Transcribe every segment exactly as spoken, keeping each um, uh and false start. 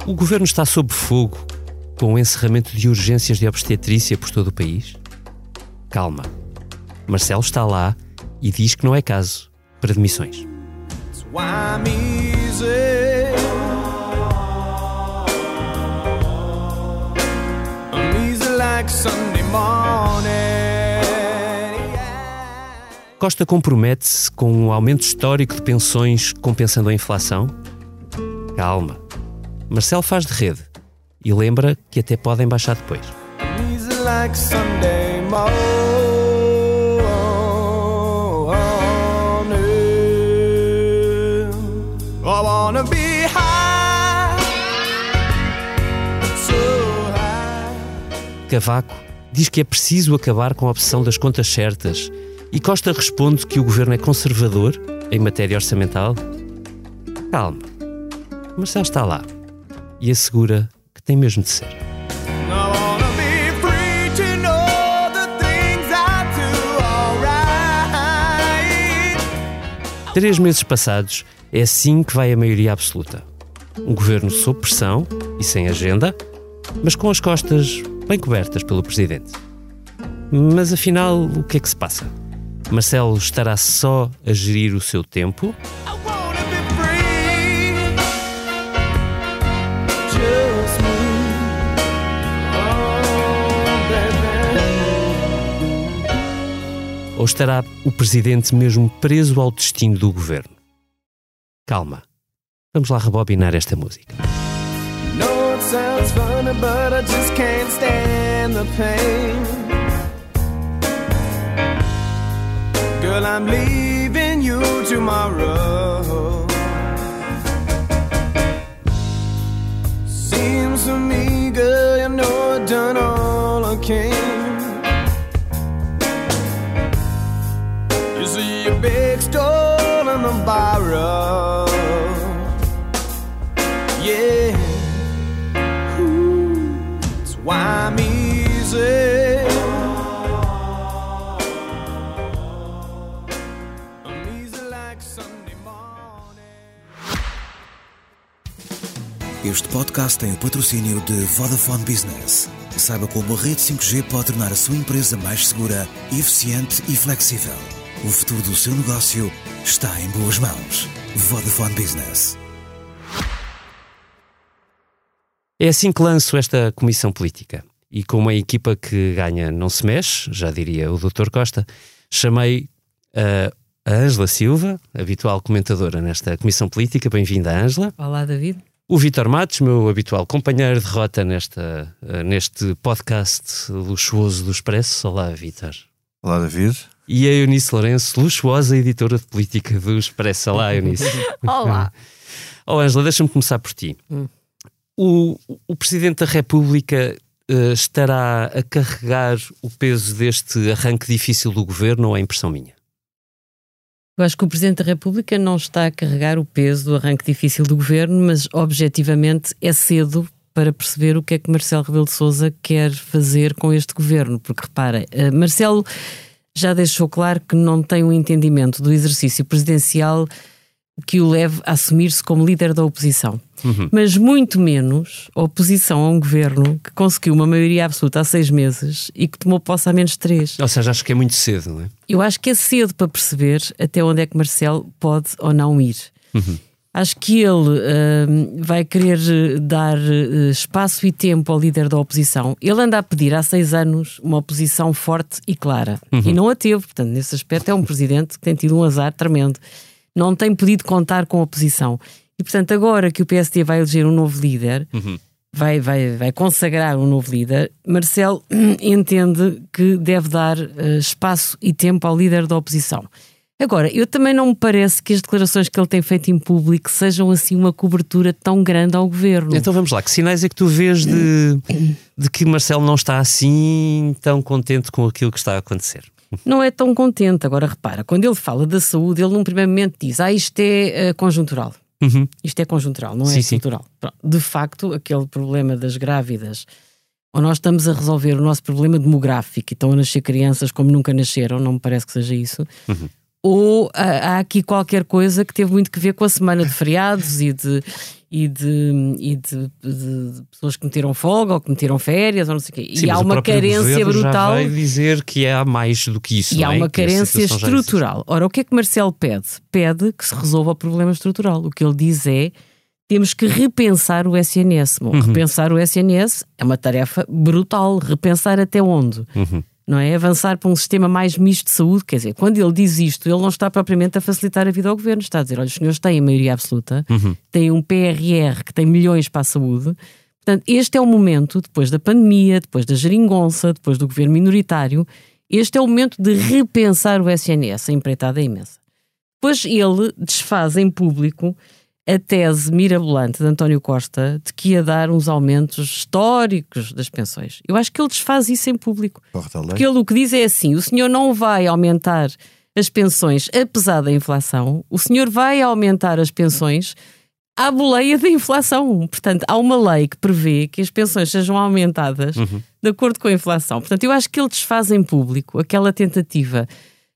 O governo está sob fogo com o encerramento de urgências de obstetrícia por todo o país? Calma. Marcelo está lá e diz que não é caso para demissões. Costa compromete-se com um aumento histórico de pensões compensando a inflação? Calma. Marcelo faz de rede e lembra que até podem baixar depois. Cavaco diz que é preciso acabar com a obsessão das contas certas e Costa responde que o governo é conservador em matéria orçamental. Calma. Marcelo está lá e assegura que tem mesmo de ser. Três meses passados, é assim que vai a maioria absoluta. Um governo sob pressão e sem agenda, mas com as costas bem cobertas pelo presidente. Mas afinal, o que é que se passa? Marcelo estará só a gerir o seu tempo? Ou estará o presidente mesmo preso ao destino do governo? Calma. Vamos lá rebobinar esta música. No, it sounds funny, but I just can't stand the pain. Girl, I'm leaving you tomorrow. Seems to me, girl, you know I've done all I can. You see a big stone in the barrel. Yeah. Ooh, it's why I'm easy. I'm easy like Sunday morning. Este podcast tem o patrocínio de Vodafone Business. Saiba como a rede cinco G pode tornar a sua empresa mais segura, eficiente e flexível. O futuro do seu negócio está em boas mãos. Vodafone Business. É assim que lanço esta comissão política. E com uma equipa que ganha não se mexe, já diria o doutor Costa, chamei uh, a Ângela Silva, habitual comentadora nesta comissão política. Bem-vinda, Ângela. Olá, David. O Vítor Matos, meu habitual companheiro de rota nesta, uh, neste podcast luxuoso do Expresso. Olá, Vítor. Olá, David. E a Eunice Lourenço, luxuosa editora de política do Expresso. Olá, Eunice. Olá. Oh, Ângela, deixa-me começar por ti. Hum. O, o Presidente da República uh, estará a carregar o peso deste arranque difícil do Governo ou é impressão minha? Eu acho que o Presidente da República não está a carregar o peso do arranque difícil do Governo, mas objetivamente é cedo para perceber o que é que Marcelo Rebelo de Sousa quer fazer com este Governo. Porque repara, uh, Marcelo já deixou claro que não tem um entendimento do exercício presidencial que o leve a assumir-se como líder da oposição. Uhum. Mas muito menos a oposição a um governo que conseguiu uma maioria absoluta há seis meses e que tomou posse há menos de três. Ou seja, acho que é muito cedo, não é? Eu acho que é cedo para perceber até onde é que Marcelo pode ou não ir. Uhum. Acho que ele uh, vai querer dar uh, espaço e tempo ao líder da oposição. Ele anda a pedir há seis anos uma oposição forte e clara. Uhum. E não a teve. Portanto, nesse aspecto é um presidente que tem tido um azar tremendo. Não tem podido contar com a oposição. E, portanto, agora que o P S D vai eleger um novo líder, uhum. vai, vai, vai consagrar um novo líder, Marcelo entende que deve dar uh, espaço e tempo ao líder da oposição. Agora, eu também não me parece que as declarações que ele tem feito em público sejam assim uma cobertura tão grande ao governo. Então vamos lá, que sinais é que tu vês de, de que Marcelo não está assim tão contente com aquilo que está a acontecer? Não é tão contente. Agora repara, quando ele fala da saúde, ele num primeiro momento diz, ah, isto é uh, conjuntural. Uhum. Isto é conjuntural, não é sim, estrutural. Sim. De facto, aquele problema das grávidas, ou nós estamos a resolver o nosso problema demográfico e estão a nascer crianças como nunca nasceram, não me parece que seja isso. Uhum. ou há, há aqui qualquer coisa que teve muito que ver com a semana de feriados e de... e, de, e de, de, de pessoas que meteram folga ou que meteram férias ou não sei o quê. Sim, e há uma carência brutal. Já vai dizer que há mais do que isso. E não há é? uma Que carência estrutural. Ora, o que é que Marcelo pede? Pede que se resolva o problema estrutural. O que ele diz é: temos que repensar o S N S. Bom, uhum. Repensar o S N S é uma tarefa brutal. Repensar até onde? Uhum. Não é? Avançar para um sistema mais misto de saúde. Quer dizer, quando ele diz isto, ele não está propriamente a facilitar a vida ao governo. Está a dizer: olha, os senhores têm a maioria absoluta, uhum. têm um P R R que tem milhões para a saúde. Portanto, este é o momento, depois da pandemia, depois da geringonça, depois do governo minoritário, este é o momento de repensar o S N S. A empreitada é imensa. Depois ele desfaz em público a tese mirabolante de António Costa de que ia dar uns aumentos históricos das pensões. Eu acho que ele desfaz isso em público. Porque ele o que diz é assim: o senhor não vai aumentar as pensões apesar da inflação, o senhor vai aumentar as pensões à boleia da inflação. Portanto, há uma lei que prevê que as pensões sejam aumentadas uhum. de acordo com a inflação. Portanto, eu acho que ele desfaz em público aquela tentativa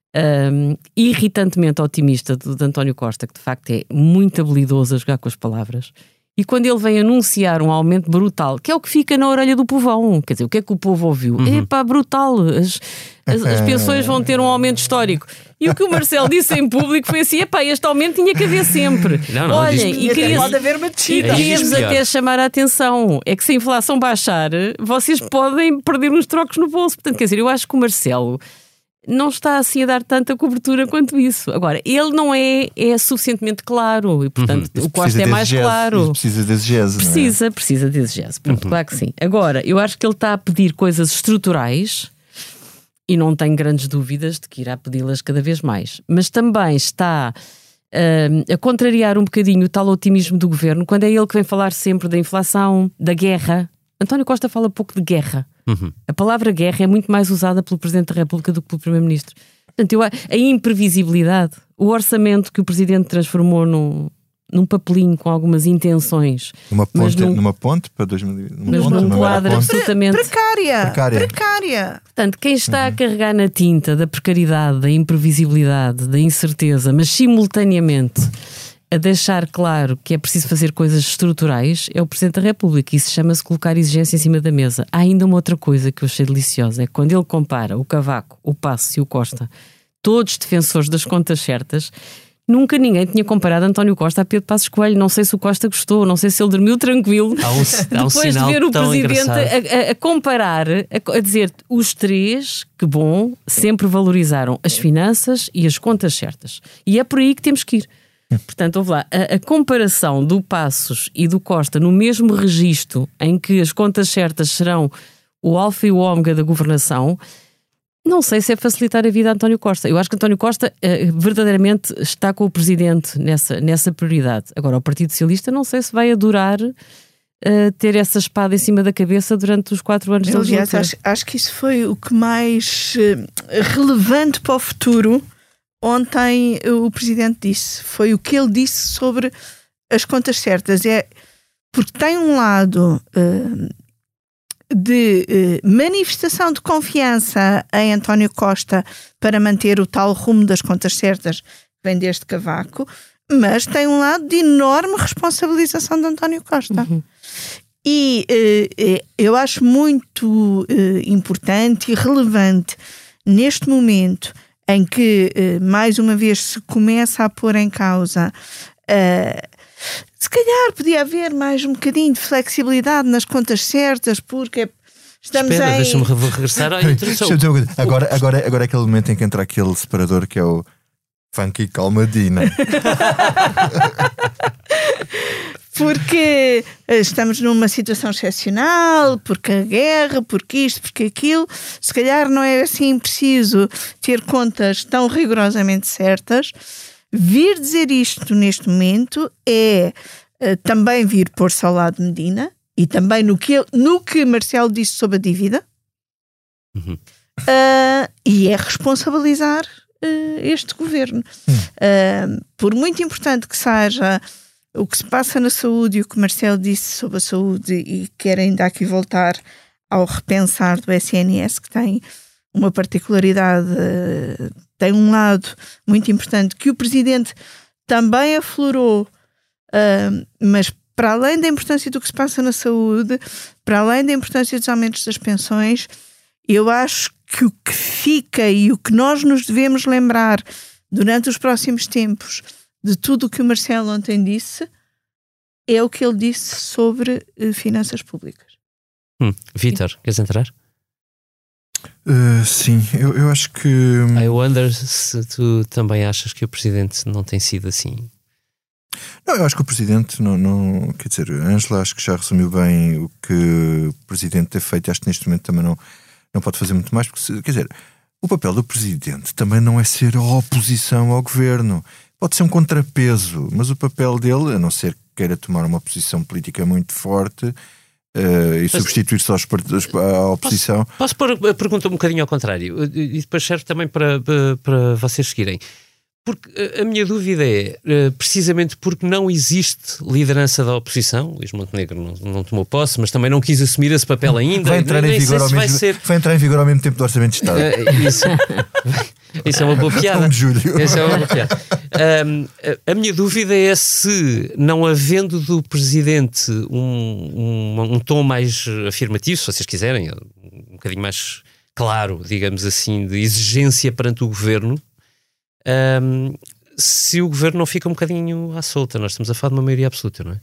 Um, irritantemente otimista de, de António Costa, que de facto é muito habilidoso a jogar com as palavras, e quando ele vem anunciar um aumento brutal, que é o que fica na orelha do povão, quer dizer, o que é que o povo ouviu? Uhum. Epá, brutal, as, as, as pensões vão ter um aumento histórico. E o que o Marcelo disse em público foi assim: epá, este aumento tinha que haver sempre. Não, não, Olhem, diz, e queria, pode haver uma descida. E queríamos até chamar a atenção, é que se a inflação baixar, vocês podem perder uns trocos no bolso. Portanto, quer dizer, eu acho que o Marcelo não está assim a dar tanta cobertura quanto isso. Agora, ele não é, é suficientemente claro e, portanto, uhum. o Costa é mais exegese, claro. Precisa de exegese. Precisa, não é? precisa de exegese. Pronto, uhum. Claro que sim. Agora, eu acho que ele está a pedir coisas estruturais e não tenho grandes dúvidas de que irá pedi-las cada vez mais. Mas também está uh, a contrariar um bocadinho o tal otimismo do governo, quando é ele que vem falar sempre da inflação, da guerra. António Costa fala pouco de guerra. Uhum. A palavra guerra é muito mais usada pelo Presidente da República do que pelo Primeiro-Ministro. Portanto, eu, a imprevisibilidade, o orçamento que o Presidente transformou num, num papelinho com algumas intenções. Numa ponte, num, numa ponte para dois mil e vinte. Mas num quadro absolutamente precária. Precária. precária. Portanto, quem está uhum. a carregar na tinta da precariedade, da imprevisibilidade, da incerteza, mas simultaneamente a deixar claro que é preciso fazer coisas estruturais, é o Presidente da República. Isso chama-se colocar exigência em cima da mesa. Há ainda uma outra coisa que eu achei deliciosa, é que quando ele compara o Cavaco, o Passos e o Costa, todos defensores das contas certas, nunca ninguém tinha comparado António Costa a Pedro Passos Coelho. Não sei se o Costa gostou, não sei se ele dormiu tranquilo. Há um, há um depois de ver o Presidente a, a, a comparar, a, a dizer, os três, que bom, sempre valorizaram as finanças e as contas certas. E é por aí que temos que ir. Portanto, ouve lá, a, a comparação do Passos e do Costa no mesmo registro em que as contas certas serão o alfa e o ômega da governação, não sei se é facilitar a vida a António Costa. Eu acho que António Costa uh, verdadeiramente está com o Presidente nessa, nessa prioridade. Agora, o Partido Socialista não sei se vai adorar uh, ter essa espada em cima da cabeça durante os quatro anos da legislatura. Acho, acho que isso foi o que mais uh, relevante para o futuro. Ontem o Presidente disse, foi o que ele disse sobre as contas certas. É porque tem um lado uh, de uh, manifestação de confiança em António Costa para manter o tal rumo das contas certas que vem deste Cavaco, mas tem um lado de enorme responsabilização de António Costa. Uhum. E uh, eu acho muito uh, importante e relevante neste momento em que, mais uma vez, se começa a pôr em causa, uh, se calhar podia haver mais um bocadinho de flexibilidade nas contas certas, porque estamos Espera, em... deixa-me regressar à introdução. agora, agora, agora é aquele momento em que entra aquele separador que é o funky calmadina. Porque estamos numa situação excepcional, porque a guerra, porque isto, porque aquilo. Se calhar não é assim preciso ter contas tão rigorosamente certas. Vir dizer isto neste momento é uh, também vir pôr-se ao lado de Medina e também no que, ele, no que Marcelo disse sobre a dívida. Uhum. Uh, e é responsabilizar uh, este governo. Uhum. Uh, por muito importante que seja o que se passa na saúde e o que Marcelo disse sobre a saúde, e quero ainda aqui voltar ao repensar do S N S, que tem uma particularidade, tem um lado muito importante que o Presidente também aflorou, uh, mas para além da importância do que se passa na saúde, para além da importância dos aumentos das pensões, eu acho que o que fica e o que nós nos devemos lembrar durante os próximos tempos de tudo o que o Marcelo ontem disse é o que ele disse sobre uh, finanças públicas. Hum. Vítor, queres entrar? Uh, sim, eu, eu acho que... I wonder se tu também achas que o Presidente não tem sido assim. Não, eu acho que o Presidente não, não... Quer dizer, a Ângela acho que já resumiu bem o que o Presidente tem feito. Acho que neste momento também não, não pode fazer muito mais, porque, quer dizer, o papel do Presidente também não é ser a oposição ao Governo. Pode ser um contrapeso, mas o papel dele, a não ser que queira tomar uma posição política muito forte... Uh, e substituir-se aos partidos, à oposição. Posso, posso pôr a pergunta um bocadinho ao contrário e depois serve também para, para, para vocês seguirem, porque a minha dúvida é precisamente porque não existe liderança da oposição. Luís Montenegro não, não tomou posse, mas também não quis assumir esse papel ainda. Vai entrar, em vigor, ao mesmo, ser... vai entrar em vigor ao mesmo tempo do Orçamento de Estado. Uh, isso, isso é uma boa piada. um de julho. Isso é uma boa piada. Um, a, a minha dúvida é se, não havendo do Presidente um, um, um tom mais afirmativo, se vocês quiserem, um bocadinho mais claro, digamos assim, de exigência perante o Governo, um, se o Governo não fica um bocadinho à solta. Nós estamos a falar de uma maioria absoluta, não é?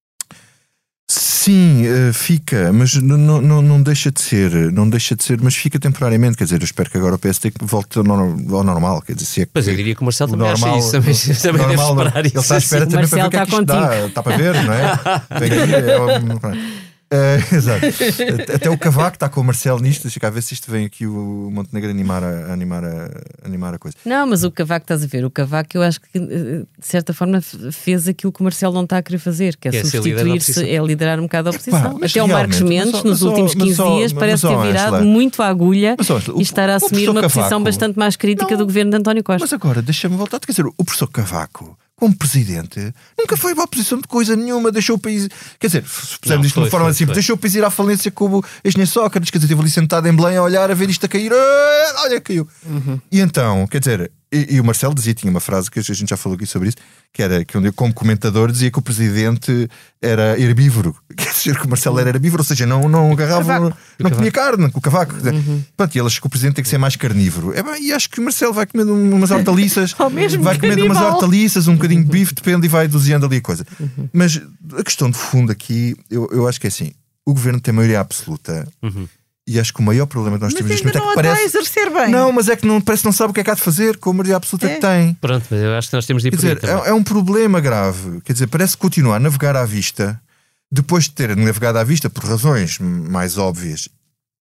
Sim, fica, mas não, não, não deixa de ser, não deixa de ser, mas fica temporariamente. Quer dizer, eu espero que agora o P S D volte ao normal. Quer dizer, se é que pois eu diria que o Marcelo também normal, acha isso, também, também deve esperar isso. Ele está à espera Sim, também para ver o que é que isto dá. Está para ver, não é? Vem aqui, é um... Uh, exato. Até o Cavaco está com o Marcelo nisto. Deixa cá ver se isto vem aqui o Montenegro animar a, animar, a, animar a coisa. Não, mas o Cavaco, estás a ver, o Cavaco eu acho que de certa forma fez aquilo que o Marcelo não está a querer fazer, que é, é substituir-se, é liderar um bocado a oposição. Epá, até o Marcos Mendes mas, nos mas, últimos quinze mas, dias mas, parece mas, ter virado Angela, muito à agulha mas, o, e estar a assumir uma Cavaco, posição bastante mais crítica não, do governo de António Costa. Mas agora, deixa-me voltar, quer dizer, o professor Cavaco, como presidente, nunca foi uma oposição de coisa nenhuma, deixou o país, quer dizer, se pusermos isto de uma forma simples, deixou o país ir à falência como este nem Sócrates, quer dizer, esteve ali sentado em Belém a olhar, a ver isto a cair, olha, caiu. Uhum. E então, quer dizer, e, e o Marcelo dizia, tinha uma frase que a gente já falou aqui sobre isso, que era que eu, como comentador, dizia que o presidente era herbívoro, quer dizer, que o Marcelo era herbívoro, ou seja, não, não agarrava, não, não comia carne com o Cavaco. Uhum. Pronto, e ele acha que o presidente tem que ser mais carnívoro. É bem, e acho que o Marcelo vai comendo umas hortaliças, vai comendo umas hortaliças, um bocadinho de bife, depende, e vai doseando ali a coisa. Uhum. Mas a questão de fundo aqui, eu, eu acho que é assim, o governo tem maioria absoluta. Uhum. E acho que o maior problema que nós mas temos neste momento é que parece... exercer bem. Não, mas é que não, parece que não sabe o que é que há de fazer com a maioria absoluta é. que tem. Pronto, mas eu acho que nós temos de ir Quer por dizer, é, é um problema grave. Quer dizer, parece continuar a navegar à vista, depois de ter navegado à vista por razões mais óbvias,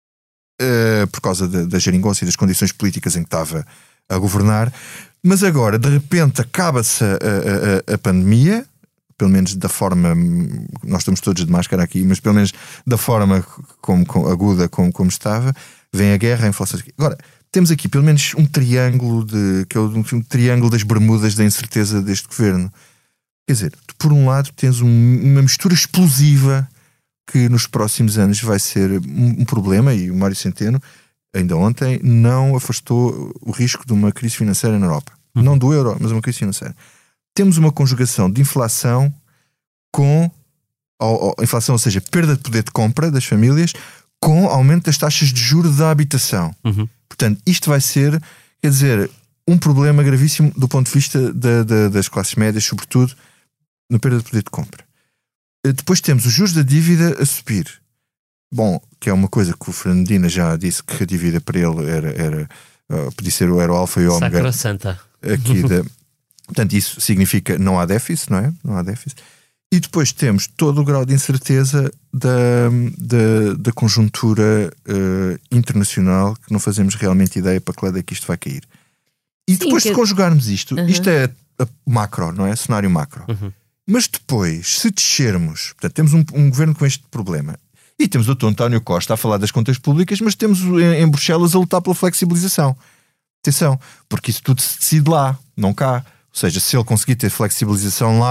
uh, por causa da, da geringonça e das condições políticas em que estava a governar, mas agora, de repente, acaba-se a, a, a, a pandemia, pelo menos da forma, nós estamos todos de máscara aqui, mas pelo menos da forma como, como, aguda como, como estava, vem a guerra, a inflação. Agora, temos aqui pelo menos um triângulo de, que é o um triângulo das bermudas da incerteza deste governo. Quer dizer, tu, por um lado tens um, uma mistura explosiva que nos próximos anos vai ser um, um problema, e o Mário Centeno ainda ontem não afastou o risco de uma crise financeira na Europa. Uhum. Não do euro, mas uma crise financeira. Temos uma conjugação de inflação com ou, ou, inflação, ou seja, perda de poder de compra das famílias, com aumento das taxas de juros da habitação. Uhum. Portanto, isto vai ser, quer dizer, um problema gravíssimo do ponto de vista da, da, das classes médias, sobretudo na perda de poder de compra. Depois temos os juros da dívida a subir. Bom, que é uma coisa que o Fernandina já disse, que a dívida para ele era, era uh, podia ser o, era o alfa e o ômega. Sacrossanta. Aqui da... Portanto, isso significa não há déficit, não é? Não há déficit. E depois temos todo o grau de incerteza da, da, da conjuntura uh, internacional, que não fazemos realmente ideia para que lado é que isto vai cair. E Sim, depois que... de conjugarmos isto, uhum. isto é a macro, não é? Cenário macro. Uhum. Mas depois, se descermos, portanto, temos um, um governo com este problema, e temos o doutor António Costa a falar das contas públicas, mas temos em, em Bruxelas a lutar pela flexibilização. Atenção, porque isso tudo se decide lá, não cá. Ou seja, se ele conseguir ter flexibilização lá,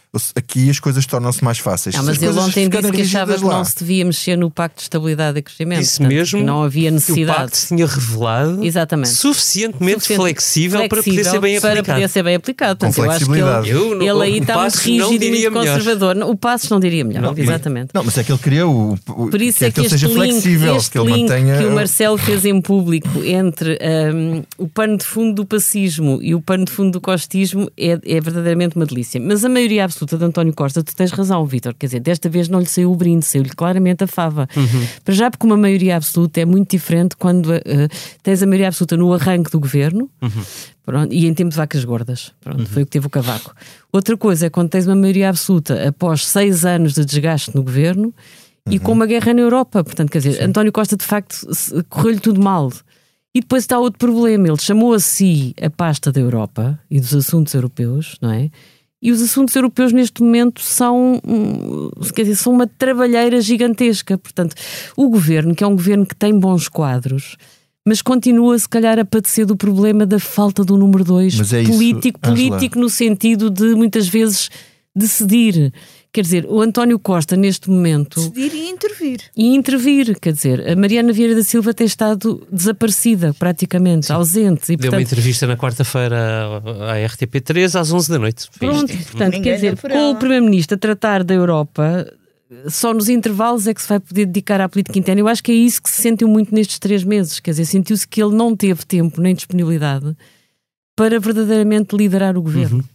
Aqui as coisas tornam-se mais fáceis. Não, mas as ele coisas ontem disse que achava que lá. não se devia mexer no Pacto de Estabilidade e Crescimento. Isso portanto, mesmo, que não havia necessidade. O Pacto se tinha revelado Exatamente. suficientemente Suficiente, flexível, flexível para poder ser bem para aplicado. poder ser bem aplicado. Com Portanto, eu acho que flexibilidade. ele, Eu, no- ele aí o está muito Passos não rígido e diria muito melhor. conservador. Não, o Passos não diria melhor, Não, exatamente. Não, mas é que ele queria o, o Por isso que é é que, que ele este seja link, flexível, este que ele link mantenha. que o Marcelo fez em público entre um, o pano de fundo do pacismo e o pano de fundo do costismo é, é verdadeiramente uma delícia. Mas a maioria absoluta de António Costa, tu tens razão, Vítor, quer dizer, desta vez não lhe saiu o brinde, saiu-lhe claramente a fava. Uhum. Para já, porque uma maioria absoluta é muito diferente quando uh, tens a maioria absoluta no arranque do governo. Uhum. Pronto, e em tempo de vacas gordas. Pronto, uhum. Foi o que teve o Cavaco. Outra coisa é quando tens uma maioria absoluta após seis anos de desgaste no governo uhum. e com uma guerra na Europa. Portanto, quer dizer, Sim. António Costa de facto correu-lhe tudo mal. E depois está outro problema. Ele chamou a si a pasta da Europa e dos assuntos europeus, não é? E os assuntos europeus neste momento são, quer dizer, são uma trabalheira gigantesca. Portanto, o governo, que é um governo que tem bons quadros, mas continua se calhar a padecer do problema da falta do número dois é político, isso, político no sentido de muitas vezes decidir. Quer dizer, o António Costa neste momento... Decidir e intervir. E intervir, quer dizer, a Mariana Vieira da Silva tem estado desaparecida praticamente, Sim. ausente. E, Deu portanto, uma entrevista na quarta-feira à R T P três às onze da noite. Pronto, portanto, Ninguém quer dizer, com o Primeiro-Ministro a tratar da Europa, só nos intervalos é que se vai poder dedicar à política interna. Eu acho que é isso que se sentiu muito nestes três meses. Quer dizer, sentiu-se que ele não teve tempo nem disponibilidade para verdadeiramente liderar o governo. Uhum.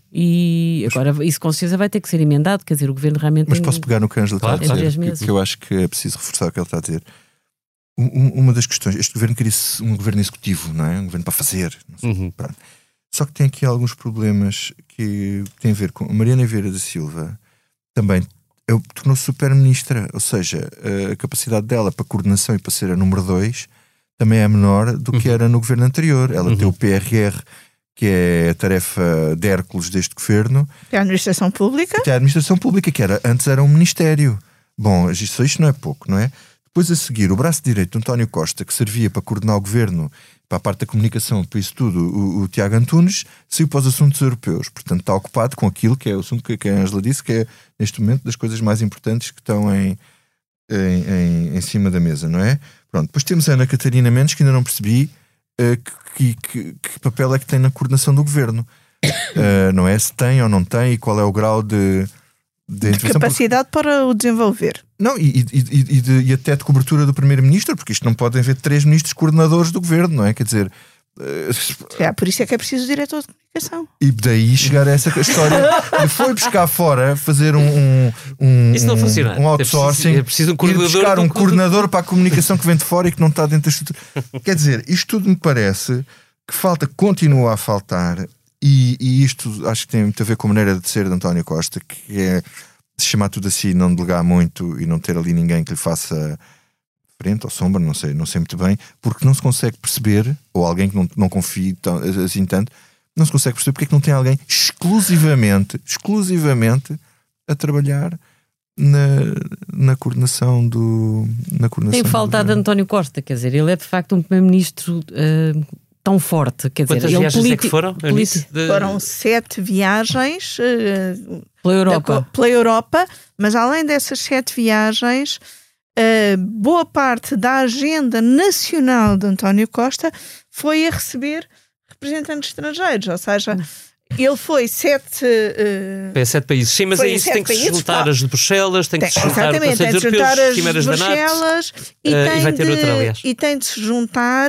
E agora isso com certeza vai ter que ser emendado, quer dizer, o governo realmente Mas tem... posso pegar no que a Ângela claro, está a claro. dizer, que, que eu acho que é preciso reforçar o que ele está a dizer. Um, uma das questões, este governo queria um governo executivo, não é? Um governo para fazer. Não sei, uhum. Só que tem aqui alguns problemas que têm a ver com a Mariana Vieira da Silva, também tornou-se super-ministra, ou seja, a capacidade dela para coordenação e para ser a número dois também é menor do que uhum. era no governo anterior. Ela uhum. tem o P R R, que é a tarefa de Hércules deste governo. Que é a administração pública. Que é a administração pública, que era, antes era um ministério. Bom, isto, isto não é pouco, não é? Depois a seguir, o braço direito de António Costa, que servia para coordenar o governo, para a parte da comunicação, para isso tudo, o, o Tiago Antunes, saiu para os assuntos europeus. Portanto, está ocupado com aquilo que é o assunto que, que a Ângela disse, que é, neste momento, das coisas mais importantes que estão em, em, em, em cima da mesa, não é? Pronto. Depois temos a Ana Catarina Mendes, que ainda não percebi uh, que, que, que papel é que tem na coordenação do governo. Uh, não é? Se tem ou não tem, e qual é o grau de... De, de capacidade porque... para o desenvolver. Não, e, e, e, de, e até de cobertura do primeiro-ministro, porque isto não pode haver três ministros coordenadores do governo, não é? Quer dizer... É, por isso é que é preciso o diretor de comunicação. E daí chegar a essa história. Ele foi buscar fora, fazer um, um, um, isso não funciona. um outsourcing, é preciso, é preciso um ir buscar um do... coordenador para a comunicação que vem de fora e que não está dentro da estrutura. Quer dizer, isto tudo me parece que falta, continua a faltar. E, e isto acho que tem muito a ver com a maneira de ser de António Costa, que é de chamar tudo assim, não delegar muito e não ter ali ninguém que lhe faça frente ou sombra, não sei, não sei muito bem, porque não se consegue perceber, ou alguém que não, não confie tão, assim tanto, não se consegue perceber porque é que não tem alguém exclusivamente, exclusivamente a trabalhar na, na coordenação do... Na coordenação tem faltado António Costa, quer dizer, ele é de facto um primeiro-ministro... Uh... tão forte, quer Quantas dizer, viagens ele é que foram? Politi- de... Foram sete viagens uh, pela Europa. Da, pela Europa, mas além dessas sete viagens, uh, boa parte da agenda nacional de António Costa foi a receber representantes estrangeiros, ou seja, ele foi sete... Uh, é sete países. Sim, mas é isso, tem que se juntar as de Bruxelas, tem que se juntar os Conselhos Europeus, as quimeras da NATO, e, uh, tem e vai ter de, outra, aliás. E tem de se juntar...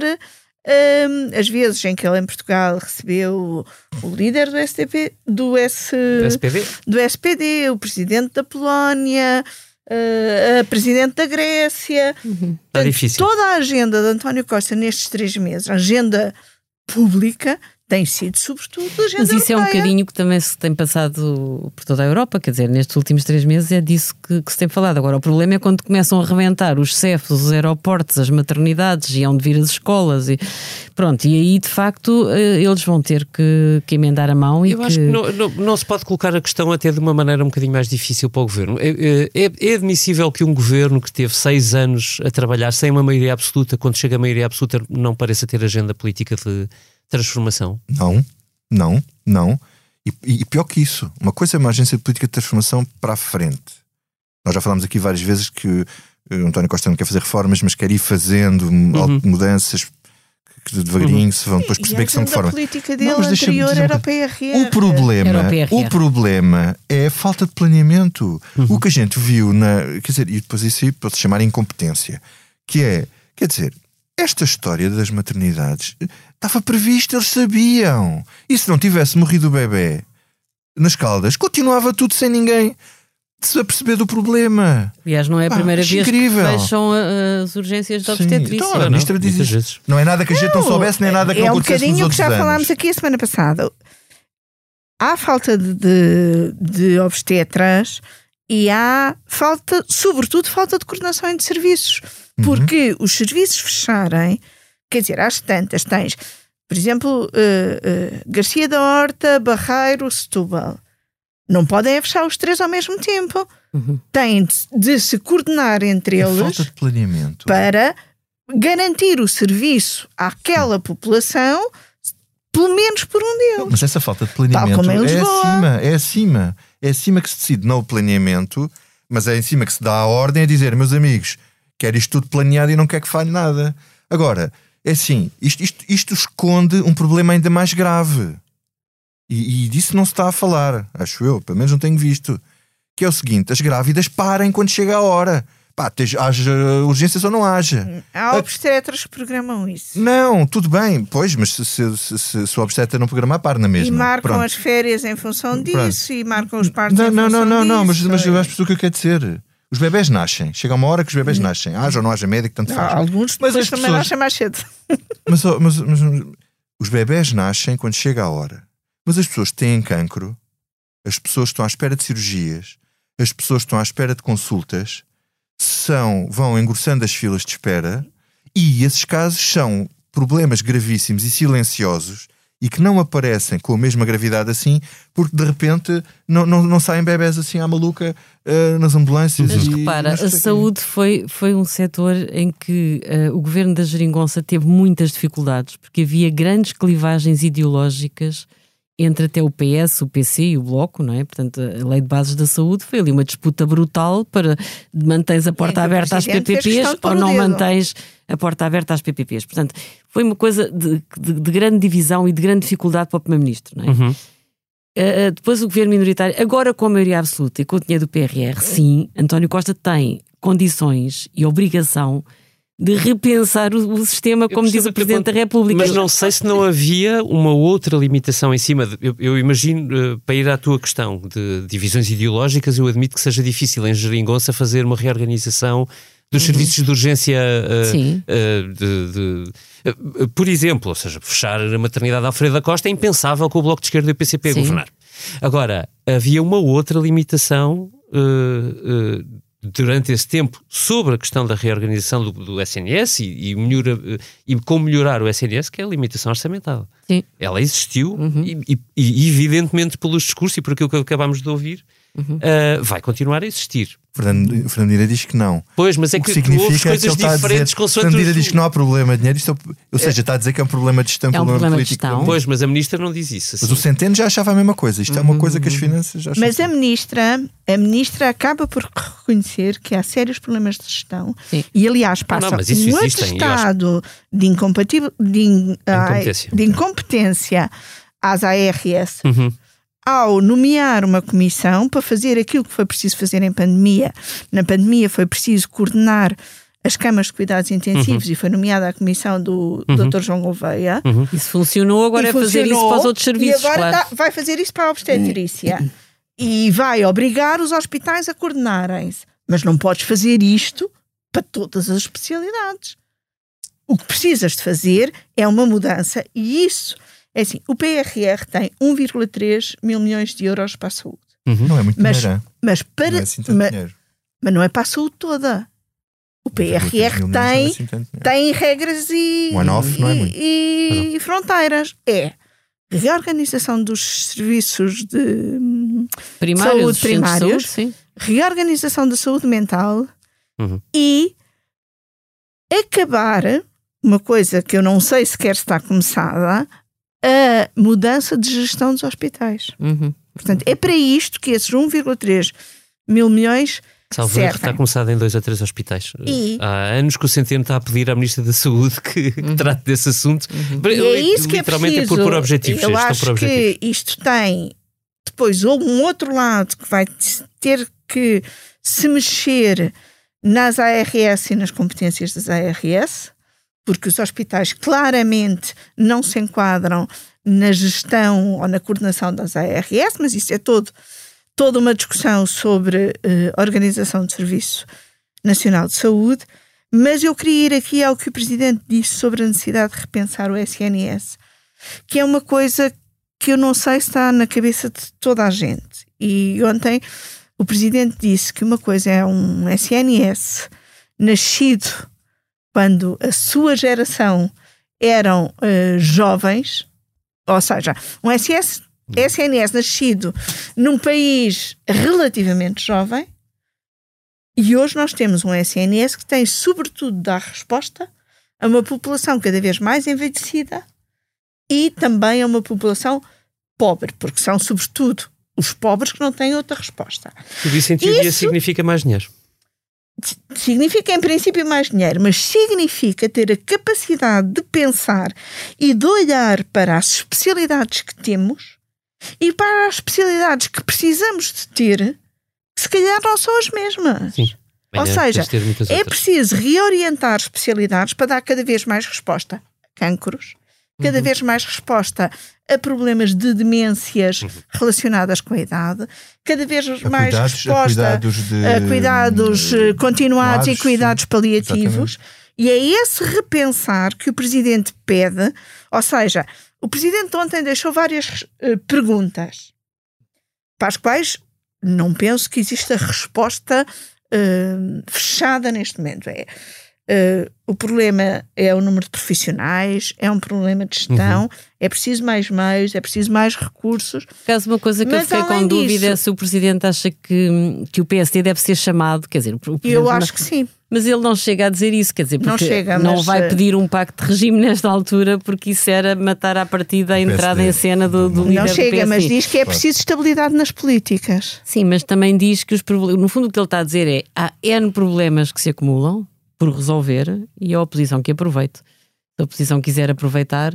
Um, as vezes em que ele em Portugal recebeu o, o líder do S D P, do, S, do, S P D. do S P D, o presidente da Polónia, uh, a presidente da Grécia. Uhum. Está difícil. Toda a agenda de António Costa nestes três meses, a agenda pública, tem sido sobretudo a agenda Mas isso europeia. É um bocadinho que também se tem passado por toda a Europa, quer dizer, nestes últimos três meses é disso que, que se tem falado. Agora, o problema é quando começam a rebentar os C E Fs, os aeroportos, as maternidades, e hão de vir as escolas e pronto, e aí de facto eles vão ter que, que emendar a mão. E Eu que... acho que não, não, não se pode colocar a questão até de uma maneira um bocadinho mais difícil para o governo. É, é, é admissível que um governo que teve seis anos a trabalhar sem uma maioria absoluta, quando chega a maioria absoluta, não pareça ter agenda política de transformação? Não. Não, não. E, e pior que isso, uma coisa é uma agência de política de transformação para a frente. Nós já falámos aqui várias vezes que o António Costa não quer fazer reformas, mas quer ir fazendo uhum. mudanças que devagarinho uhum. se vão depois perceber que são de forma. A política dele não, anterior era o P R R. O problema, o, P R R. o problema é a falta de planeamento. Uhum. O que a gente viu na. Quer dizer, e depois isso aí pode-se chamar incompetência. Que é, quer dizer, esta história das maternidades estava prevista, eles sabiam. E se não tivesse morrido o bebê nas Caldas, continuava tudo sem ninguém se aperceber do problema. Aliás, não é a Pá, primeira vez incrível. que fecham uh, as urgências de obstetrícia. Então, a ministra diz Muitas isso. vezes. Não é nada que a gente não, não soubesse, nem nada que é não um acontecesse nos bocadinho outros que já anos. falámos aqui a semana passada. Há falta de, de, de obstetras e há falta, sobretudo, falta de coordenação entre serviços. Porque uhum. os serviços fecharem, quer dizer, às tantas tens, por exemplo, uh, uh, Garcia da Horta, Barreiro, Setúbal. Não podem fechar os três ao mesmo tempo. Uhum. Têm de, de se coordenar entre a eles falta de planeamento. Para garantir o serviço àquela população, pelo menos por um deles. Mas essa falta de planeamento é acima, é acima. É acima que se decide, não o planeamento, mas é em cima que se dá a ordem a dizer, meus amigos, quero isto tudo planeado e não quer que falhe nada. Agora, é assim, isto, isto, isto esconde um problema ainda mais grave. E, e disso não se está a falar, acho eu, pelo menos não tenho visto. Que é o seguinte, as grávidas parem quando chega a hora. Pá, haja urgências ou não haja. Há obstetras que programam isso. Não, tudo bem, pois, mas se, se, se, se o obstetra não programar, para na mesma. E marcam Pronto. as férias em função disso. Pronto. E marcam os partos não, em não, função não, não, disso. Não, mas, mas eu acho que o que eu quero dizer. Os bebés nascem. Chega uma hora que os bebés nascem. Haja ou não haja médico, tanto faz. Não, alguns mas depois também pessoas... nascem mais cedo. Mas, mas, mas, mas os bebés nascem quando chega a hora. Mas as pessoas têm cancro, as pessoas estão à espera de cirurgias, as pessoas estão à espera de consultas, são, vão engrossando as filas de espera, e esses casos são problemas gravíssimos e silenciosos e que não aparecem com a mesma gravidade assim, porque de repente não, não, não saem bebés assim à maluca uh, nas ambulâncias. Mas e, repara, a saúde foi, foi um setor em que uh, o governo da Geringonça teve muitas dificuldades, porque havia grandes clivagens ideológicas entre até o P S, o P C e o Bloco, não é? Portanto, a Lei de Bases da Saúde foi ali uma disputa brutal para mantens a porta aberta às P P Ps ou não mantens a porta aberta às P P Ps. Portanto, foi uma coisa de, de, de grande divisão e de grande dificuldade para o Primeiro-Ministro, não é? Uhum. Uh, depois o governo minoritário, agora com a maioria absoluta e com o dinheiro do P R R, sim, António Costa tem condições e obrigação de repensar o, o sistema, como diz o Presidente da República. Mas não sei se não havia uma outra limitação em cima. De, eu, eu imagino, uh, para ir à tua questão de divisões ideológicas, eu admito que seja difícil em Geringonça fazer uma reorganização dos uhum. serviços de urgência uh, Sim. Uh, de, de, uh, por exemplo, ou seja, fechar a maternidade de Alfredo da Costa é impensável com o Bloco de Esquerda e o P C P a Sim. governar. Agora, havia uma outra limitação uh, uh, durante esse tempo sobre a questão da reorganização do, do S N S e, e, melhora, e como melhorar o S N S, que é a limitação orçamental. Sim. Ela existiu uhum. e, e, e evidentemente pelos discursos e por aquilo que acabámos de ouvir, uhum. uh, vai continuar a existir. Fernando, Fernando Lira diz que não. Pois, mas é que, que tu ouves coisas é que diferentes com Fernando Lira diz que não há problema de dinheiro, isto é, ou seja, está a dizer que é um problema de gestão, é um problema, problema político. De gestão. Pois, mas a ministra não diz isso. Assim. Mas o Centeno já achava a mesma coisa. Isto uhum. é uma coisa que as finanças já acham. Mas a ministra, a ministra acaba por reconhecer que há sérios problemas de gestão. Sim. E aliás passa não, não, um atestado de, incompatível, de, in, ai, de incompetência às A R S. Uhum. Ao nomear uma comissão para fazer aquilo que foi preciso fazer em pandemia. Na pandemia foi preciso coordenar as câmaras de cuidados intensivos uhum. e foi nomeada a comissão do uhum. doutor João Gouveia. Uhum. Isso funcionou, agora e é funcionou, fazer isso para os outros serviços. E agora claro. tá, vai fazer isso para a obstetrícia. Uhum. E vai obrigar os hospitais a coordenarem-se. Mas não podes fazer isto para todas as especialidades. O que precisas de fazer é uma mudança e isso... É assim, o P R R tem um vírgula três mil milhões de euros para a saúde. Uhum. Não é muito mas, dinheiro. Mas, para, não é assim tanto mas, dinheiro. mas não é para a saúde toda. O P R R tem, é assim tem regras e, um e, não é muito. e, e fronteiras. É reorganização dos serviços de Primários, saúde primários, de saúde, sim. reorganização da saúde mental uhum. e acabar, uma coisa que eu não sei sequer está começada, a mudança de gestão dos hospitais. Uhum. Portanto, é para isto que esses um vírgula três mil milhões Salvo erro, está começado em dois ou três hospitais. E... Há anos que o Centeno está a pedir à Ministra da Saúde que, que Uhum. trate desse assunto. Uhum. E é isso que é literalmente preciso. é por, por objetivos. Eu estão acho por objetivos. que isto tem depois um outro lado que vai ter que se mexer nas A R S e nas competências das A R S, porque os hospitais claramente não se enquadram na gestão ou na coordenação das A R S, mas isso é todo, toda uma discussão sobre uh, organização do Serviço Nacional de Saúde. Mas eu queria ir aqui ao que o Presidente disse sobre a necessidade de repensar o S N S, que é uma coisa que eu não sei se está na cabeça de toda a gente. E ontem o Presidente disse que uma coisa é um S N S nascido quando a sua geração eram uh, jovens, ou seja, um S N S nascido num país relativamente jovem, e hoje nós temos um S N S que tem sobretudo de dar resposta a uma população cada vez mais envelhecida e também a uma população pobre, porque são sobretudo os pobres que não têm outra resposta. Tudo isso em teoria Isso significa mais dinheiro. significa em princípio mais dinheiro, mas significa ter a capacidade de pensar e de olhar para as especialidades que temos e para as especialidades que precisamos de ter, que se calhar não são as mesmas. Sim. Ou Amanhã seja, tens de ter muitas é outras. preciso reorientar especialidades para dar cada vez mais resposta a cancros, cada Uhum. vez mais resposta a problemas de demências Uhum. relacionadas com a idade, cada vez A mais cuidados, a resposta cuidados, de, a cuidados eh, continuados e sim. cuidados paliativos. E é esse repensar que o Presidente pede. Ou seja, o Presidente ontem deixou várias eh, perguntas para as quais não penso que exista resposta eh, fechada neste momento. É, eh, o problema é o número de profissionais, é um problema de gestão, Uhum. é preciso mais meios, é preciso mais recursos. Por acaso, uma coisa que Mas, eu fiquei com além dúvida disso- é se o Presidente acha que, que o P S D deve ser chamado, quer dizer, o Presidente Eu não- acho que sim. mas ele não chega a dizer isso, quer dizer, porque Não chega, não mas, vai eh, pedir um pacto de regime nesta altura, porque isso era matar à partida a P S D. entrada em cena do, do Não líder Não do chega, P S D. mas diz que é preciso estabilidade nas políticas. Sim, mas também diz que os problemas, no fundo o que ele está a dizer é há N problemas que se acumulam por resolver e a oposição que aproveite. Se a oposição quiser aproveitar,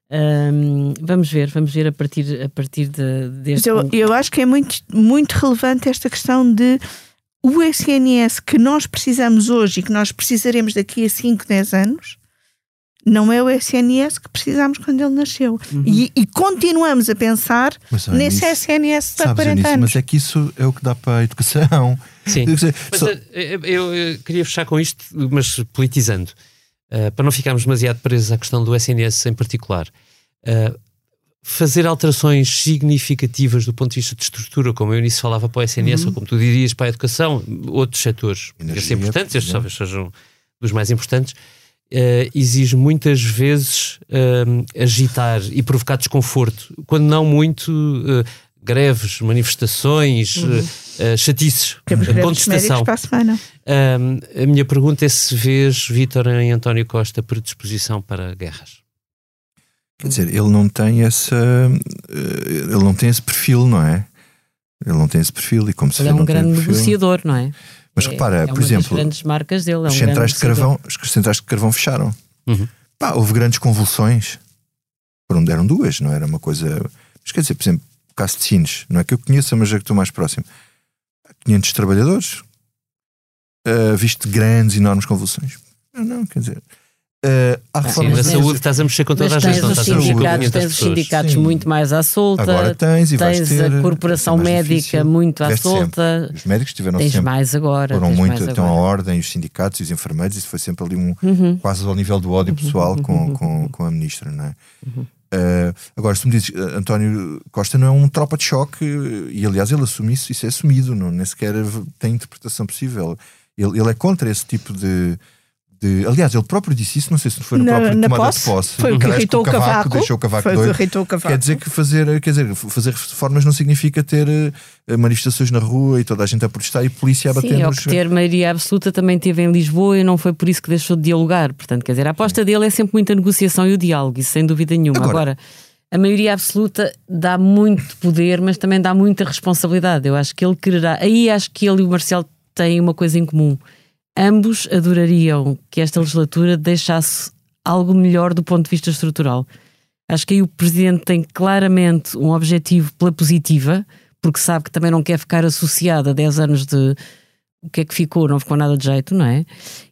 hum, vamos ver, vamos ver a partir, a partir de, Mas deste... eu, eu acho que é muito, muito relevante esta questão de o S N S que nós precisamos hoje e que nós precisaremos daqui a cinco, dez anos, não é o S N S que precisámos quando ele nasceu. Uhum. E, e continuamos a pensar Mas, olha, nesse isso- S N S de há Sabes, quarenta Eunice, anos. mas é que isso é o que dá para a educação. Sim. Quer dizer, Mas só- eh, eu, eu, eu queria fechar com isto, mas politizando, uh, para não ficarmos demasiado presos à questão do S N S em particular. Uh, fazer alterações significativas do ponto de vista de estrutura, como eu nisso falava para o S N S, Uhum. ou como tu dirias para a educação, outros setores Energia, ser importantes, por estes exemplo. talvez sejam dos mais importantes, uh, exige muitas vezes uh, agitar e provocar desconforto, quando não muito uh, greves, manifestações, Uhum. uh, uh, chatices, Temos greves médicos contestação. para a semana. Um, a minha pergunta é se vês Vítor em António Costa predisposição para guerras. Quer dizer, ele não tem essa. eh, Ele não tem esse perfil, não é? Ele não tem esse perfil e como se Ele vê, é um não tem grande perfil. negociador, não é? Mas É- repara, é por uma das exemplo, grandes marcas dele. É um Os grande centrais de negociador. carvão, os centrais de carvão fecharam. Uhum. Pá, houve grandes convulsões. Foram, deram duas, não era uma coisa. Mas quer dizer, por exemplo, o caso de Sines, não é que eu conheça, mas é que estou mais próximo. quinhentos trabalhadores, uh, visto grandes, enormes convulsões. Não, não, quer dizer. Uh, há Sim, reformas Na mas a tens- saúde estás a mexer com toda Mas a gente, tens não os estás a mexer com sindicatos, quinhentas tens os pessoas. sindicatos Sim. muito mais à solta, Agora tens e vais tens ter. a corporação vai ser mais médica difícil. muito à Tiveste solta, sempre. Os médicos tiveram tens sempre. mais agora. Foram tens muito, mais então a agora. ordem, os sindicatos e os enfermeiros, isso foi sempre ali um, Uhum. quase ao nível do ódio pessoal com, com, com a ministra, não é? Uh, agora, se tu me dizes, uh, António Costa não é um tropa de choque, e aliás ele assume isso, isso é assumido, não, nem sequer tem interpretação possível. Ele, ele é contra esse tipo de, de. Aliás, ele próprio disse isso, não sei se foi no Na- próprio na tomada posse? de posse. Foi o que Parece irritou o Cavaco. Deixou o Cavaco Foi o que doido. irritou o Cavaco. Quer dizer que fazer, quer dizer, fazer reformas não significa ter uh, manifestações na rua e toda a gente a protestar e polícia a bater Sim, ao nos. que ter maioria absoluta também teve em Lisboa e não foi por isso que deixou de dialogar. Portanto, quer dizer, a aposta dele é sempre muita negociação e o diálogo, isso sem dúvida nenhuma. Agora- Agora, A maioria absoluta dá muito poder, mas também dá muita responsabilidade. Eu acho que ele quererá. Aí acho que ele e o Marcelo têm uma coisa em comum. Ambos adorariam que esta legislatura deixasse algo melhor do ponto de vista estrutural. Acho que aí o Presidente tem claramente um objetivo pela positiva, porque sabe que também não quer ficar associado a dez anos de o que é que ficou, não ficou nada de jeito, não é?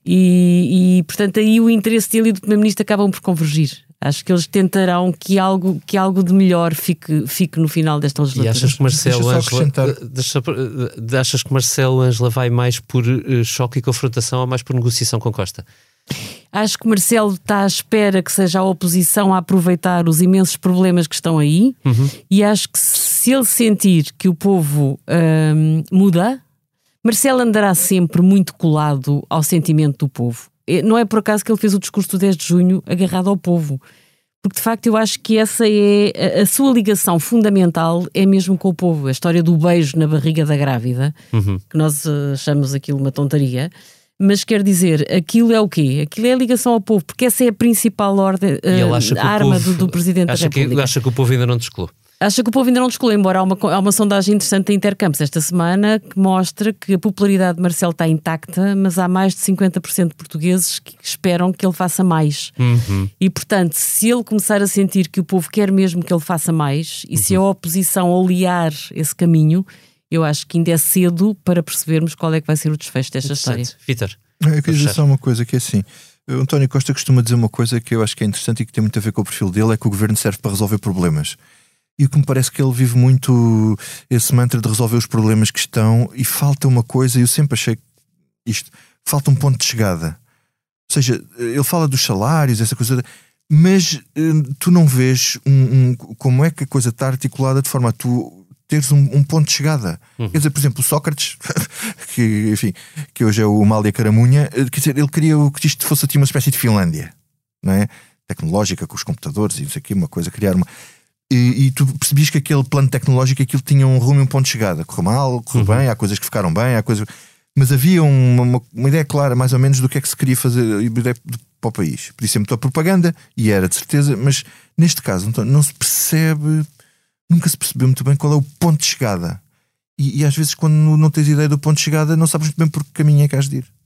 E, e portanto aí o interesse dele e do Primeiro-Ministro acabam por convergir. Acho que eles tentarão que algo, que algo de melhor fique, fique no final desta legislatura. E achas que Marcelo Ângela, deixa deixa, achas que Marcelo Ângela vai mais por uh, choque e confrontação ou mais por negociação com Costa? Acho que Marcelo está à espera que seja a oposição a aproveitar os imensos problemas que estão aí, uhum. E acho que se ele sentir que o povo hum, muda, Marcelo andará sempre muito colado ao sentimento do povo. Não é por acaso que ele fez o discurso do dez de junho agarrado ao povo, porque de facto eu acho que essa é a, a sua ligação fundamental, é mesmo com o povo. A história do beijo na barriga da grávida, uhum. que nós achamos aquilo uma tontaria, mas quer dizer, aquilo é o quê? Aquilo é a ligação ao povo, porque essa é a principal ordem, uh, a arma povo, do, do Presidente acha da República. Que, acha que o povo ainda não descolou? Acha que o povo ainda não descolou, embora há uma, há uma sondagem interessante da Intercampos esta semana que mostra que a popularidade de Marcelo está intacta, mas há mais de cinquenta por cento de portugueses que esperam que ele faça mais. Uhum. E, portanto, se ele começar a sentir que o povo quer mesmo que ele faça mais, e uhum. se a oposição olear esse caminho, eu acho que ainda é cedo para percebermos qual é que vai ser o desfecho desta história. Vítor? Eu queria dizer só uma coisa, que é assim, o António Costa costuma dizer uma coisa que eu acho que é interessante e que tem muito a ver com o perfil dele, é que o governo serve para resolver problemas. E o que me parece que ele vive muito esse mantra de resolver os problemas que estão, e falta uma coisa, eu sempre achei isto, falta um ponto de chegada. Ou seja, ele fala dos salários, essa coisa, mas tu não vês um, um, como é que a coisa está articulada de forma a tu teres um, um ponto de chegada. Uhum. Quer dizer, por exemplo, o Sócrates, que, enfim, que hoje é o Mal e a Caramunha, quer dizer, ele queria que isto fosse assim, uma espécie de Finlândia, não é? Tecnológica, com os computadores e isso aqui, uma coisa, criar uma... E, e tu percebias que aquele plano tecnológico, aquilo tinha um rumo e um ponto de chegada. Correu mal, correu uhum. bem, há coisas que ficaram bem, há coisas... mas havia uma, uma, uma ideia clara, mais ou menos, do que é que se queria fazer para o país. Podia ser muita propaganda, e era de certeza, mas neste caso então, não se percebe, nunca se percebeu muito bem qual é o ponto de chegada. E, e às vezes, quando não tens ideia do ponto de chegada, não sabes muito bem por que caminho é que has de ir.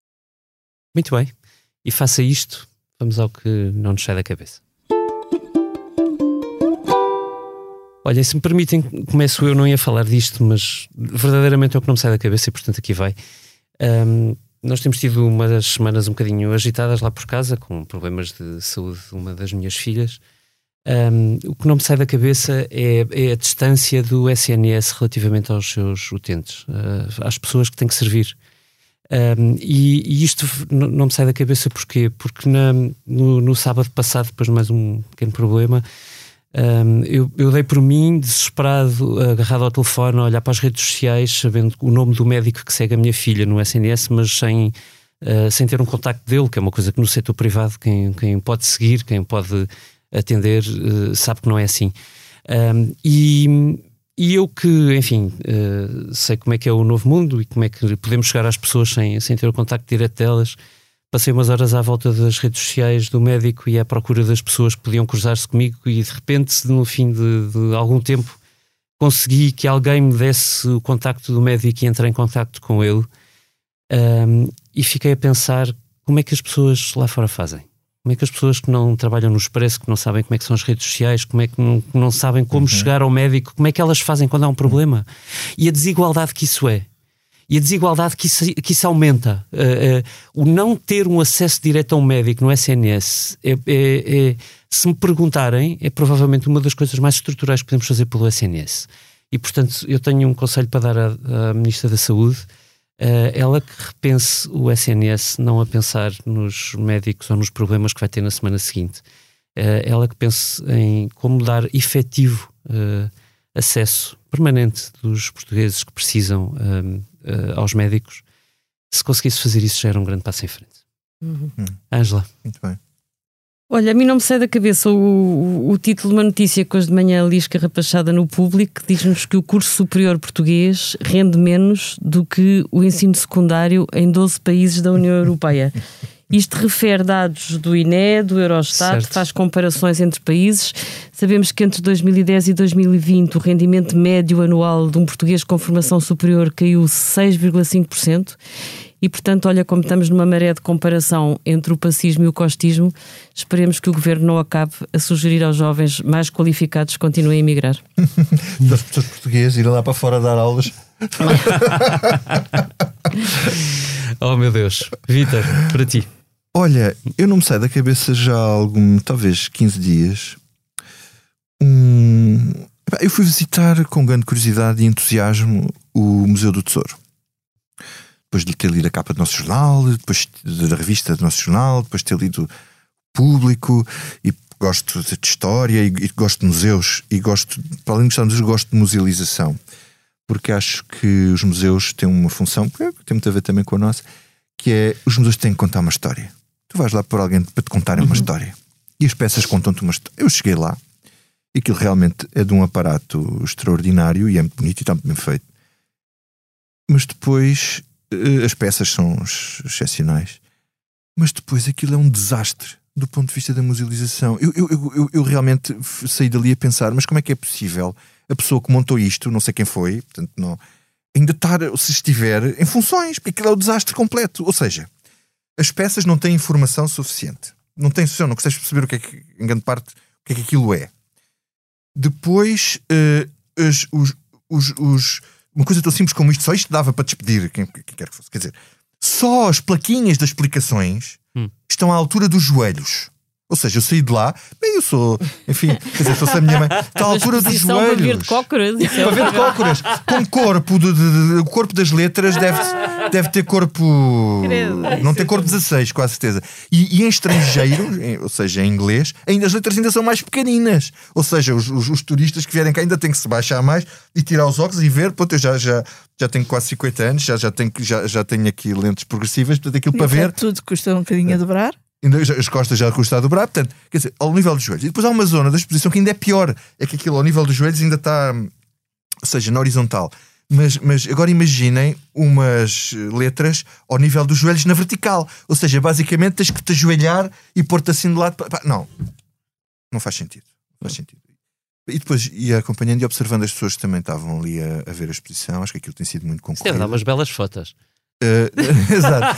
Muito bem. E faça isto, vamos ao que não nos sai da cabeça. Olha, se me permitem, começo eu, não ia falar disto, mas verdadeiramente é o que não me sai da cabeça e portanto aqui vai. Um, nós temos tido umas semanas um bocadinho agitadas lá por casa, com problemas de saúde de uma das minhas filhas. Um, o que não me sai da cabeça é, é a distância do S N S relativamente aos seus utentes, uh, às pessoas que têm que servir. Um, e, e isto não, não me sai da cabeça porquê? Porque na, no, no sábado passado, depois de mais um pequeno problema, Um, eu, eu dei por mim, desesperado, agarrado ao telefone, a olhar para as redes sociais, sabendo o nome do médico que segue a minha filha no S N S, mas sem, uh, sem ter um contacto dele, que é uma coisa que no setor privado quem, quem pode seguir, quem pode atender, uh, sabe que não é assim. Um, e, e eu que, enfim, uh, sei como é que é o novo mundo e como é que podemos chegar às pessoas sem, sem ter o contacto direto delas. Passei umas horas à volta das redes sociais do médico e à procura das pessoas que podiam cruzar-se comigo, e de repente, no fim de, de algum tempo, consegui que alguém me desse o contacto do médico e entrei em contacto com ele. Um, e fiquei a pensar como é que as pessoas lá fora fazem. Como é que as pessoas que não trabalham no Expresso, que não sabem como é que são as redes sociais, como é que não, que não sabem como uhum. chegar ao médico, como é que elas fazem quando há um problema? E a desigualdade que isso é. E a desigualdade que isso, que isso aumenta. Uh, uh, o não ter um acesso direto a um médico no S N S, é, é, é, se me perguntarem, é provavelmente uma das coisas mais estruturais que podemos fazer pelo S N S. E, portanto, eu tenho um conselho para dar à, à Ministra da Saúde, uh, ela que repense o S N S, não a pensar nos médicos ou nos problemas que vai ter na semana seguinte. Uh, ela que pense em como dar efetivo uh, acesso permanente dos portugueses que precisam um, Uh, aos médicos. Se conseguisse fazer isso, já era um grande passo em frente. Ângela. Uhum. Muito bem. Olha, a mim não me sai da cabeça o, o, o título de uma notícia que hoje de manhã li escarrapachada no Público, que diz-nos que o curso superior português rende menos do que o ensino secundário em doze países da União Europeia. Isto refere dados do I N E, do Eurostat, certo. faz comparações entre países. Sabemos que entre dois mil e dez e dois mil e vinte o rendimento médio anual de um português com formação superior caiu seis vírgula cinco por cento. E, portanto, olha, como estamos numa maré de comparação entre o pacismo e o costismo, esperemos que o Governo não acabe a sugerir aos jovens mais qualificados que continuem a emigrar. Das pessoas portuguesas irem lá para fora dar aulas. Oh, meu Deus. Vítor, para ti. Olha, eu não me sai da cabeça já há algum, talvez quinze dias. Um... Eu fui visitar com grande curiosidade e entusiasmo o Museu do Tesouro. Depois de ter lido a capa do nosso jornal, depois da revista do nosso jornal, depois de ter lido Público, e gosto de história, e, e gosto de museus, e gosto, para além de gostar de museus, gosto de musealização, porque acho que os museus têm uma função, que tem muito a ver também com a nossa, que é, os museus têm que contar uma história. Tu vais lá por alguém para te contarem uma uhum. história, e as peças contam-te uma história. Eu cheguei lá, e aquilo realmente é de um aparato extraordinário, e é muito bonito e está muito bem feito. Mas depois... as peças são excepcionais, mas depois aquilo é um desastre do ponto de vista da musealização. Eu, eu, eu, eu realmente saí dali a pensar, mas como é que é possível a pessoa que montou isto, não sei quem foi, portanto, não, ainda estar, se estiver, em funções, porque aquilo é o desastre completo. Ou seja, as peças não têm informação suficiente, não têm informação, não consegues perceber o que é que, em grande parte, o que é que aquilo é. Depois, uh, as, os, os, os uma coisa tão simples como isto, só isto dava para despedir quem, quem quer que fosse. Quer dizer, só as plaquinhas das explicações hum. estão à altura dos joelhos. Ou seja, eu saí de lá, bem, eu sou, enfim, quer dizer, fosse a minha mãe, está à altura dos joelhos. Para ver de cócoras. Para ver de cócoras. Com corpo, de, de, de, o corpo das letras deve, deve ter corpo. Não tem corpo dezasseis, com a certeza. E, e em estrangeiro, em, ou seja, em inglês, ainda as letras ainda são mais pequeninas. Ou seja, os, os, os turistas que vierem cá ainda têm que se baixar mais e tirar os óculos e ver. Pronto, eu já, já, já tenho quase cinquenta anos, já, já, tenho, já, já tenho aqui lentes progressivas, portanto, aquilo para ver. Tudo custa um bocadinho a dobrar. As costas já custam a dobrar, portanto, quer dizer, ao nível dos joelhos. E depois há uma zona da exposição que ainda é pior, é que aquilo ao nível dos joelhos ainda está, ou seja, na horizontal. Mas, mas agora imaginem umas letras ao nível dos joelhos na vertical. Ou seja, basicamente tens que te ajoelhar e pôr-te assim de lado. Pá, não, não faz sentido. Não faz sentido. E depois ia acompanhando e observando as pessoas que também estavam ali a, a ver a exposição. Acho que aquilo tem sido muito concorrido. Deve dar umas belas fotos. Uh, exato.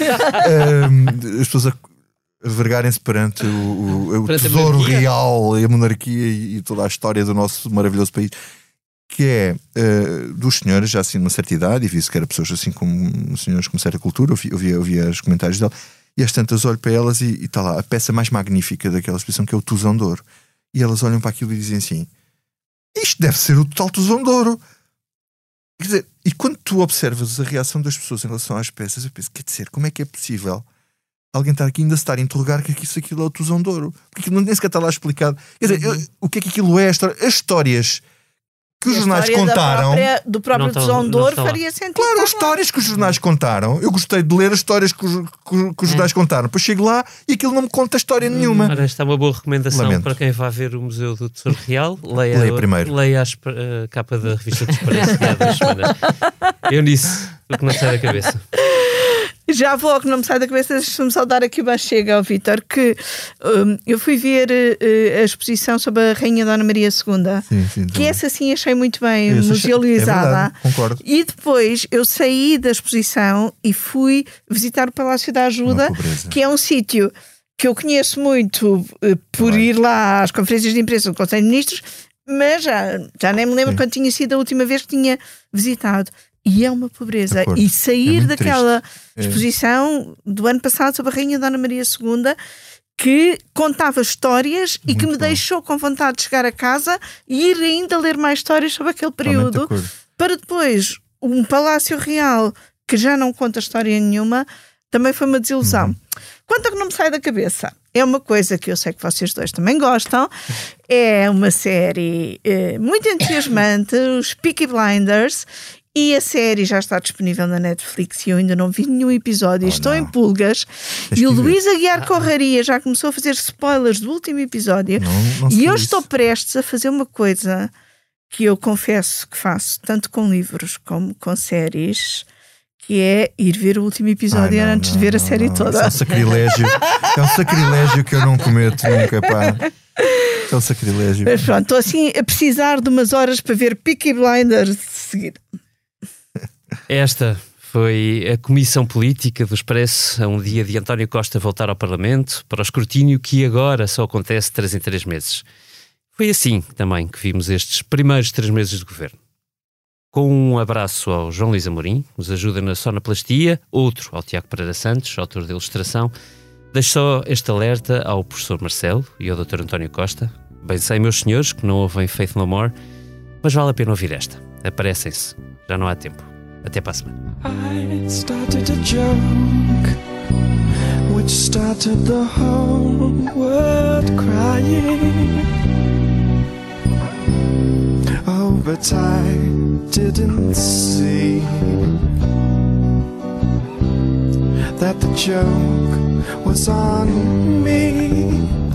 uh, as pessoas a vergarem-se perante o, o, o perante tesouro a real e a monarquia e, e toda a história do nosso maravilhoso país, que é uh, dos senhores já assim de uma certa idade, e vi-se que eram pessoas assim como senhores com certa cultura, eu via, eu via, eu via os comentários dela, e às tantas olho para elas e está lá a peça mais magnífica daquela exposição, que é o Tusão de Ouro, e elas olham para aquilo e dizem assim: isto deve ser o total Tusão de Ouro. Quer dizer, e quando tu observas a reação das pessoas em relação às peças, eu penso, quer dizer, como é que é possível alguém estar aqui ainda se estar a interrogar que isso aquilo é o Tusão de Ouro? Porque aquilo nem sequer está lá explicado. Quer dizer, eu, o que é que aquilo é? As histórias que os jornais contaram. Própria, do próprio Tusão de Ouro faria sentido. Claro, as histórias que os jornais contaram. Eu gostei de ler as histórias que os, que, que os jornais é. contaram. Depois chego lá e aquilo não me conta história nenhuma. Ora, esta é uma boa recomendação. Lamento. Para quem vai ver o Museu do Tesouro Real. Leia, leia primeiro. Leia a, a capa da revista dos Expresso de há duas semanas. Eu disse o que não sai da cabeça. Já vou ao que não me sai da cabeça, deixa-me só dar aqui uma chega ao Vítor, que um, eu fui ver uh, a exposição sobre a Rainha Dona Maria segunda, sim, sim, que essa sim achei muito bem musealizada. É verdade, concordo. E depois eu saí da exposição e fui visitar o Palácio da Ajuda, que é um sítio que eu conheço muito uh, por Vai. ir lá às conferências de imprensa do Conselho de Ministros, mas já, já nem me lembro sim. quando tinha sido a última vez que tinha visitado. E é uma pobreza. E sair é daquela triste. exposição é. do ano passado sobre a Rainha Dona Maria segunda, que contava histórias muito e que me bom. deixou com vontade de chegar a casa e ir ainda ler mais histórias sobre aquele período, para depois um Palácio Real que já não conta história nenhuma, também foi uma desilusão. Uhum. Quanto a que não me sai da cabeça, é uma coisa que eu sei que vocês dois também gostam, é uma série eh, muito entusiasmante, os Peaky Blinders. E a série já está disponível na Netflix e eu ainda não vi nenhum episódio. Oh, Estou não. em pulgas. Tens e o Luís Aguiar ah. Corraria já começou a fazer spoilers do último episódio. Não, não e eu isso. estou prestes a fazer uma coisa que eu confesso que faço, tanto com livros como com séries, que é ir ver o último episódio Ai, não, antes não, de ver a não, série não. toda. Isso é um sacrilégio. É um sacrilégio que eu não cometo nunca, pá. É um sacrilégio. Mas pronto, estou assim a precisar de umas horas para ver Peaky Blinders de seguida. Esta foi a comissão política do Expresso a um dia de António Costa voltar ao Parlamento para o escrutínio que agora só acontece três em três meses. Foi assim também que vimos estes primeiros três meses de governo. Com um abraço ao João Luís Amorim, nos ajuda na sonoplastia, outro ao Tiago Pereira Santos, autor da ilustração. Deixo só este alerta ao professor Marcelo e ao doutor António Costa. Bem sei, meus senhores, que não ouvem Faith No More, mas vale a pena ouvir esta. Aparecem-se, já não há tempo. Até para a semana. I started a joke which started the whole world crying. Oh, but I didn't see that the joke was on me.